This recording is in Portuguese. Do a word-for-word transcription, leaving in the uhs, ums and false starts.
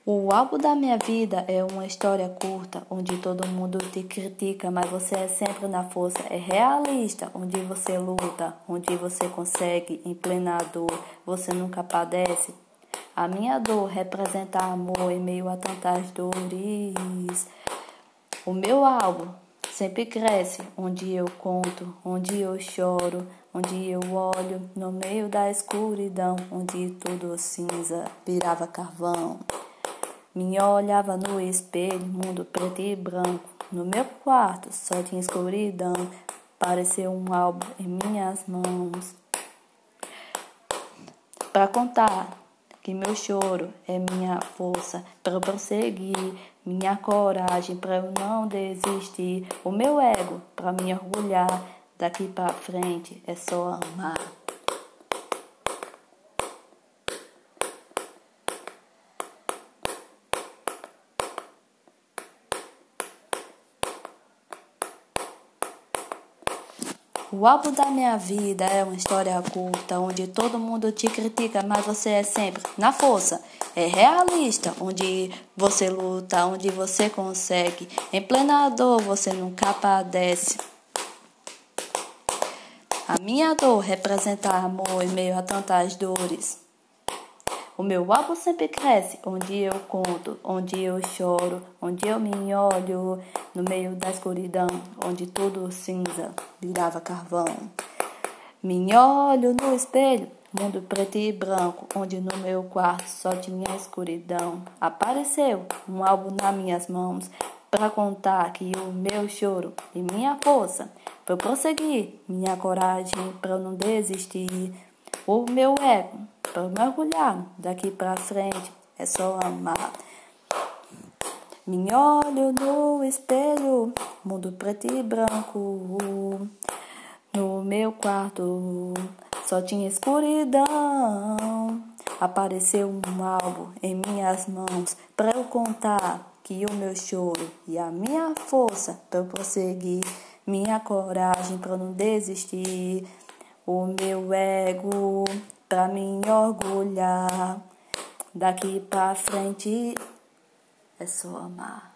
O álbum da minha vida é uma história curta, onde todo mundo te critica, mas você é sempre na força. É realista, onde você luta, onde você consegue, em plena dor, você nunca padece. A minha dor representa amor em meio a tantas dores. O meu álbum sempre cresce, onde eu conto, onde eu choro, onde eu olho, no meio da escuridão, onde tudo cinza virava carvão. Me olhava no espelho, mundo preto e branco. No meu quarto só tinha escuridão. Pareceu um álbum em minhas mãos. Pra contar que meu choro é minha força pra eu prosseguir, minha coragem pra eu não desistir, o meu ego pra me orgulhar. Daqui pra frente é só amar. O álbum da minha vida é uma história curta, onde todo mundo te critica, mas você é sempre na força. É realista, onde você luta, onde você consegue. Em plena dor você nunca padece. A minha dor representa amor em meio a tantas dores. O meu álbum sempre cresce, onde eu conto, onde eu choro, onde eu me olho, no meio da escuridão, onde tudo cinza virava carvão. Me olho no espelho, mundo preto e branco, onde no meu quarto só tinha escuridão. Apareceu um álbum nas minhas mãos, pra contar que o meu choro e minha força, pra eu prosseguir, minha coragem pra eu não desistir, o meu ego pra eu mergulhar, daqui pra frente é só amar. Me olho no espelho, mundo preto e branco, no meu quarto só tinha escuridão. Apareceu um álbum em minhas mãos pra eu contar que o meu choro e a minha força pra eu prosseguir, minha coragem pra eu não desistir, o meu ego pra me orgulhar. Daqui pra frente é só amar.